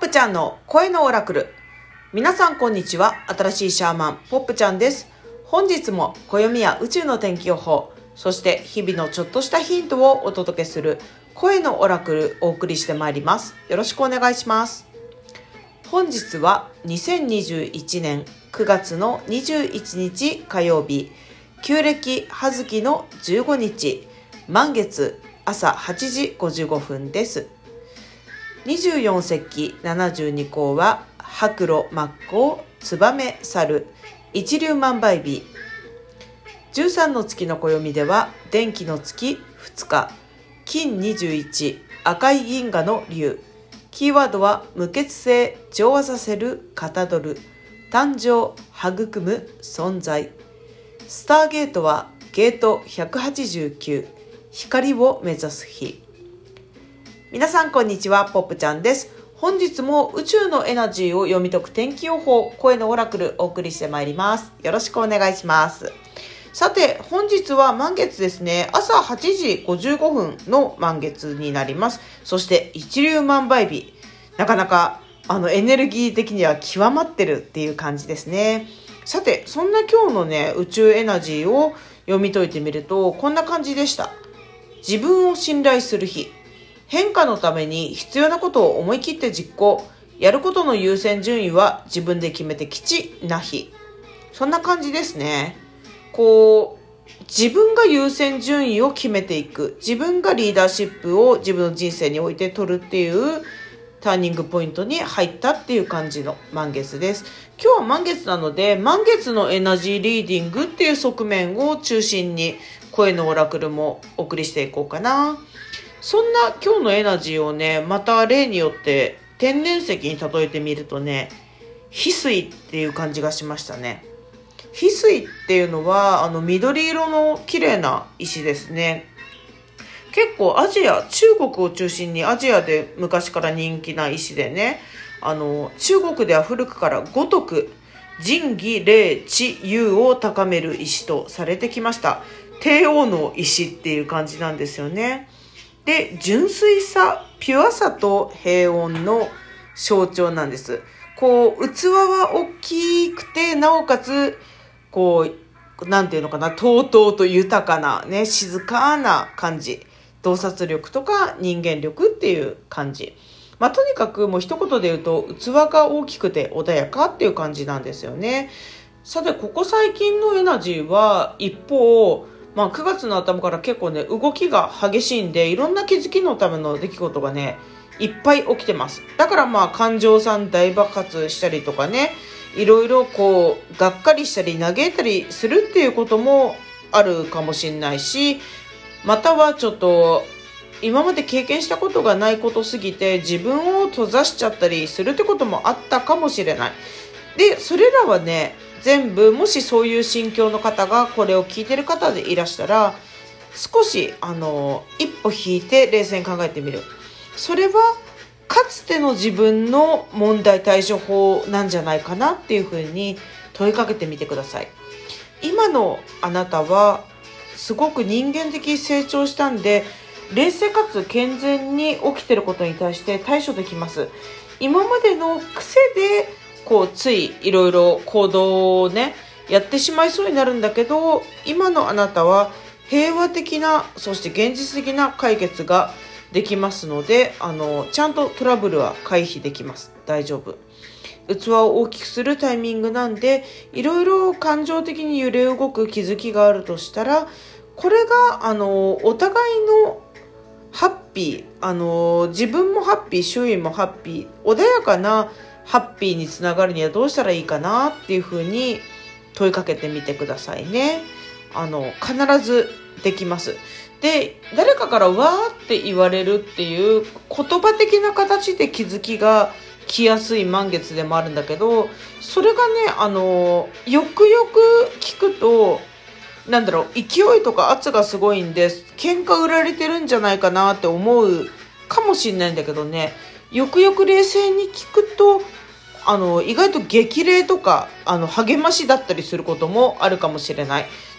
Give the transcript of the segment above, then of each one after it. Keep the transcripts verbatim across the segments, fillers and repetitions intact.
プちゃんの声のオラクル。皆さんこんにちは。新しいシャーマンポップちゃんです。本日も暦や宇宙の天気予報、そして日々のちょっとしたヒントをお届けする声のオラクルお送りしてまいります。よろしくお願いします。本日はにせんにじゅういちねんくがつのにじゅういちにち火曜日、旧暦葉月のじゅうごにち、満月朝はちじごじゅうごふんです。にじゅうよん節気ななじゅうに項は白露真っ向燕猿一粒万倍日。じゅうさんの月の暦では電気の月ふつか、金にじゅういち、赤い銀河の龍。キーワードは無血性、調和させる、かたどる、誕生、育む、存在。スターゲートはゲートひゃくはちじゅうきゅう、光を目指す日。皆さんこんにちは、ポップちゃんです。本日も宇宙のエナジーを読み解く天気予報、声のオラクルお送りしてまいります。よろしくお願いします。さて本日は満月ですね。朝はちじごじゅうごふんの満月になります。そして一粒万倍日、なかなかあのエネルギー的には極まってるっていう感じですね。さてそんな今日のね宇宙エナジーを読み解いてみるとこんな感じでした。自分を信頼する日、変化のために必要なことを思い切って実行、やることの優先順位は自分で決めて吉な日。そんな感じですね。こう自分が優先順位を決めていく、自分がリーダーシップを自分の人生において取るっていうターニングポイントに入ったっていう感じの満月です。今日は満月なので満月のエナジーリーディングっていう側面を中心に声のオラクルもお送りしていこうかな。そんな今日のエナジーをね、また例によって天然石に例えてみるとね、翡翠っていう感じがしましたね。翡翠っていうのはあの緑色の綺麗な石ですね。結構アジア、中国を中心にアジアで昔から人気な石でね、あの中国では古くから五徳、仁義礼智勇を高める石とされてきました。帝王の石っていう感じなんですよね。で、純粋さ、ピュアさと平穏の象徴なんです。こう器は大きくてなおかつこうなんていうのかな、とうとうと豊かなね、静かな感じ、洞察力とか人間力っていう感じ。まあとにかくもう一言で言うと器が大きくて穏やかっていう感じなんですよね。さてここ最近のエナジーは一方、まあ、くがつの頭から結構ね動きが激しいんで、いろんな気づきのための出来事がねいっぱい起きてます。だからまあ感情産大爆発したりとかね、いろいろこうがっかりしたり嘆いたりするっていうこともあるかもしれないし、またはちょっと今まで経験したことがないことすぎて自分を閉ざしちゃったりするってこともあったかもしれない。でそれらはね全部、もしそういう心境の方がこれを聞いてる方でいらしたら、少しあの一歩引いて冷静に考えてみる。それはかつての自分の問題対処法なんじゃないかなっていうふうに問いかけてみてください。今のあなたはすごく人間的成長したんで、冷静かつ健全に起きてることに対して対処できます。今までの癖でこうついいろいろ行動をねやってしまいそうになるんだけど、今のあなたは平和的な、そして現実的な解決ができますので、あのちゃんとトラブルは回避できます。大丈夫。器を大きくするタイミングなんで、いろいろ感情的に揺れ動く気づきがあるとしたら、これがあのお互いのハッピー、あの自分もハッピー、周囲もハッピー、穏やかなハッピーにつながるにはどうしたらいいかなっていうふうに問いかけてみてくださいね。あの必ずできます。で、誰かからわーって言われるっていう言葉的な形で気づきが来やすい満月でもあるんだけど、それがねあのよくよく聞くと、なんだろう、勢いとか圧がすごいんで喧嘩売られてるんじゃないかなって思うかもしれないんだけどね、よくよく冷静に聞くとあの意外と激励とかあの励ましだったりすることもあるかもしれない。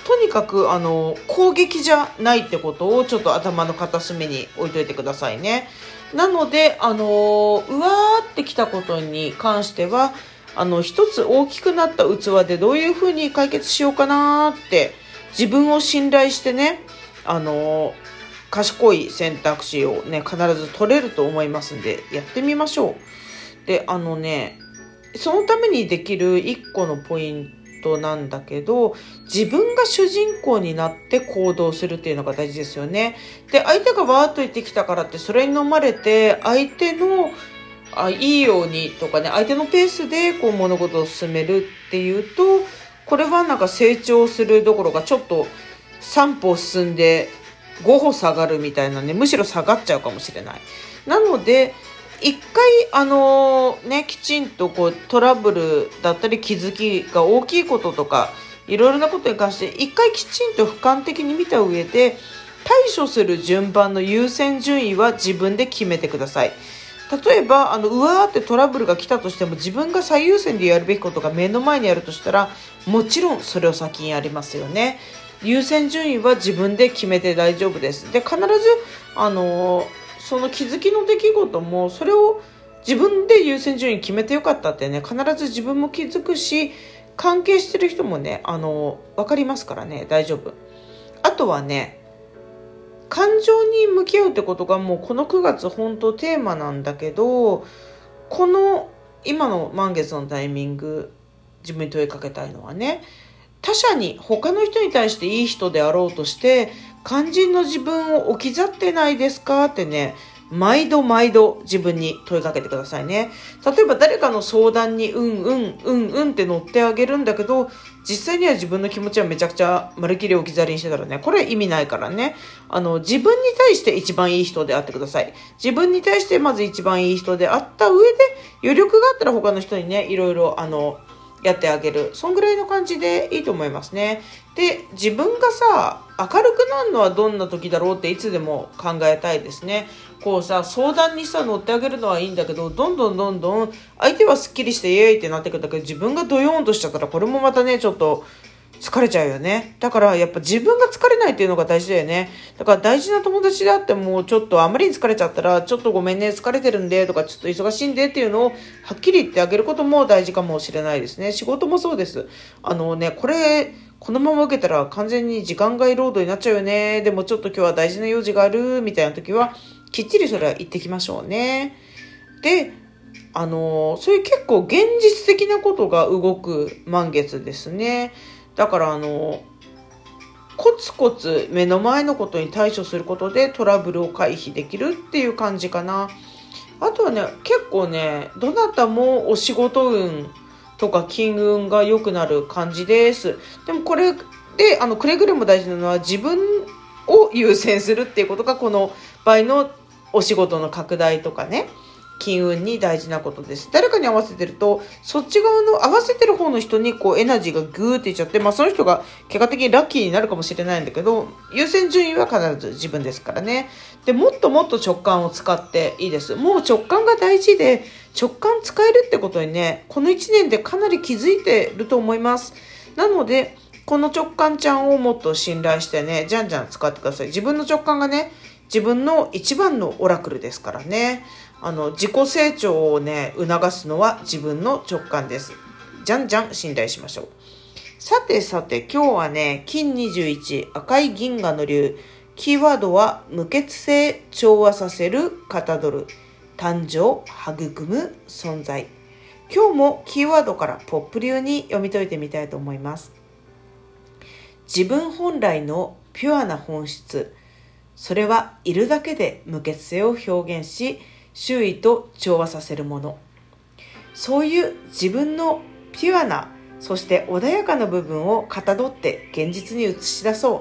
とにかくあの攻撃じゃないってことをちょっと頭の片隅に置いといてくださいね。なのであのうわーってきたことに関してはあの一つ大きくなった器でどういうふうに解決しようかなって自分を信頼してね、あの賢い選択肢をね必ず取れると思いますんでやってみましょう。であのねそのためにできる一個のポイントなんだけど、自分が主人公になって行動するっていうのが大事ですよね。で相手がわーっと言ってきたからってそれに飲まれて相手のあいいようにとかね、相手のペースでこう物事を進めるっていうと、これはなんか成長するどころかちょっとさん歩進んでご歩下がるみたいなね、むしろ下がっちゃうかもしれない。なので一回あのねきちんとこうトラブルだったり気づきが大きいこととかいろいろなことに関して一回きちんと俯瞰的に見た上で対処する順番の優先順位は自分で決めてください。例えばあのうわーってトラブルが来たとしても自分が最優先でやるべきことが目の前にあるとしたらもちろんそれを先にやりますよね。優先順位は自分で決めて大丈夫です。で必ずあのその気づきの出来事もそれを自分で優先順位決めてよかったってね必ず自分も気づくし関係してる人もねあの分かりますからね大丈夫。あとはね感情に向き合うってことがもうこのくがつ本当テーマなんだけど、この今の満月のタイミング自分に問いかけたいのはね、他者に他の人に対していい人であろうとして肝心の自分を置き去ってないですかってね毎度毎度自分に問いかけてくださいね。例えば誰かの相談にうんうんうんうんって乗ってあげるんだけど実際には自分の気持ちはめちゃくちゃまるっきり置き去りにしてたらねこれ意味ないからね、あの自分に対して一番いい人であってください。自分に対してまず一番いい人であった上で余力があったら他の人にねいろいろあのやってあげる、そんぐらいの感じでいいと思いますね。で自分がさ明るくなるのはどんな時だろうっていつでも考えたいですね。こうさ相談にさ乗ってあげるのはいいんだけどどんどんどんどん相手はすっきりしてイエーイってなってくるんだけど自分がドヨーンとしちゃったらこれもまたねちょっと疲れちゃうよね。だからやっぱ自分が疲れないっていうのが大事だよね。だから大事な友達であってもちょっとあまりに疲れちゃったらちょっとごめんね疲れてるんでとかちょっと忙しいんでっていうのをはっきり言ってあげることも大事かもしれないですね。仕事もそうです。あのねこれこのまま受けたら完全に時間外労働になっちゃうよね。でもちょっと今日は大事な用事があるみたいな時はきっちりそれは言ってきましょうね。であのそういう結構現実的なことが動く満月ですね。だからあのコツコツ目の前のことに対処することでトラブルを回避できるっていう感じかな。あとはね結構ねどなたもお仕事運とか金運が良くなる感じです。でもこれであのくれぐれも大事なのは自分を優先するっていうことがこの場合のお仕事の拡大とかね金運に大事なことです。誰かに合わせてるとそっち側の合わせてる方の人にこうエナジーがグーっていっちゃって、まあその人が結果的にラッキーになるかもしれないんだけど優先順位は必ず自分ですからね。でもっともっと直感を使っていいです。もう直感が大事で直感使えるってことにねこのいちねんでかなり気づいてると思います。なのでこの直感ちゃんをもっと信頼してねじゃんじゃん使ってください。自分の直感がね自分の一番のオラクルですからね。あの自己成長をね促すのは自分の直感です。じゃんじゃん信頼しましょう。さてさて今日はね金にじゅういち赤い銀河の竜、キーワードは無欠性、調和させる、かたどる、誕生、育む、存在。今日もキーワードからポップ流に読み解いてみたいと思います。自分本来のピュアな本質、それはいるだけで無欠性を表現し周囲と調和させるもの。そういう自分のピュアなそして穏やかな部分をかたどって現実に映し出そう。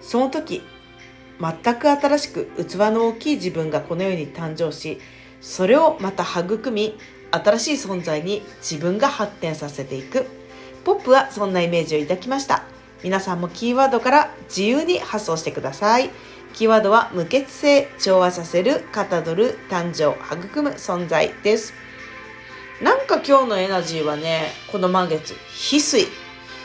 その時全く新しく器の大きい自分がこの世に誕生し、それをまた育み新しい存在に自分が発展させていく。ポップはそんなイメージを抱きました。皆さんもキーワードから自由に発想してください。キーワードは無欠性、調和させる、かたどる、誕生、育む、存在です。なんか今日のエナジーはねこの満月翡翠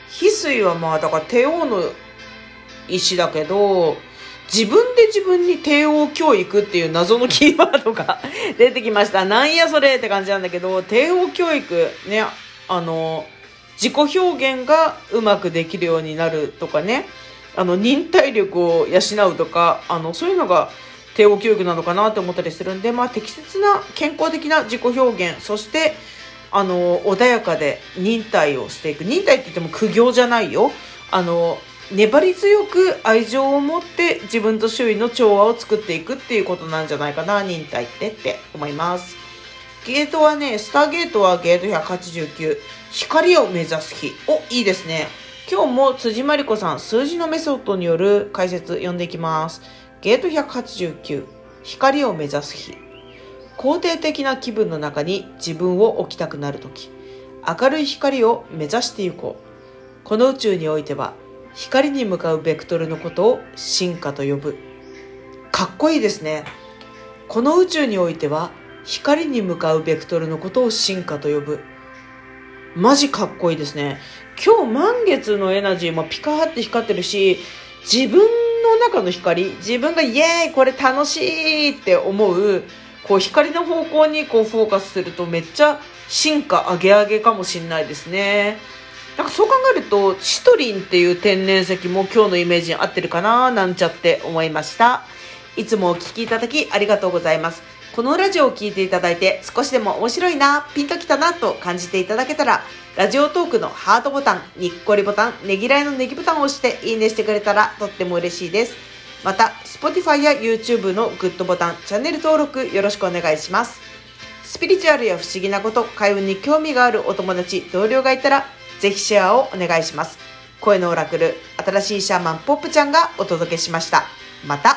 翡翠はまあだから帝王の石だけど、自分で自分に帝王教育っていう謎のキーワードが出てきました。なんやそれって感じなんだけど、帝王教育ね、あの自己表現がうまくできるようになるとかね、あの忍耐力を養うとか、あのそういうのが帝王教育なのかなって思ったりするんで、まあ適切な健康的な自己表現、そしてあの穏やかで忍耐をしていく。忍耐って言っても苦行じゃないよ。あの粘り強く愛情を持って自分と周囲の調和を作っていくっていうことなんじゃないかな、忍耐ってって思います。ゲートはね、スターゲートはゲートひゃくはちじゅうきゅう、光を目指す日。お、いいですね。今日も辻真理子さん、数字のメソッドによる解説読んでいきます。ゲートひゃくはちじゅうきゅう、光を目指す日。肯定的な気分の中に自分を置きたくなるとき、明るい光を目指していこう。この宇宙においては、光に向かうベクトルのことを進化と呼ぶ。かっこいいですね。この宇宙においては光に向かうベクトルのことを進化と呼ぶ。マジかっこいいですね。今日満月のエナジーもピカーって光ってるし、自分の中の光、自分がイエーイこれ楽しいって思う、こう光の方向にこうフォーカスするとめっちゃ進化上げ上げかもしれないですね。なんかそう考えるとシトリンっていう天然石も今日のイメージに合ってるかななんちゃって思いました。いつもお聞きいただきありがとうございます。このラジオを聞いていただいて少しでも面白いな、ピンときたなと感じていただけたら、ラジオトークのハートボタン、にっこりボタン、ねぎらいのネギボタンを押していいねしてくれたらとっても嬉しいです。また Spotify や YouTube のグッドボタン、チャンネル登録よろしくお願いします。スピリチュアルや不思議なこと、開運に興味があるお友達、同僚がいたらぜひシェアをお願いします。声のオラクル、新しいシャーマンポップちゃんがお届けしました。また。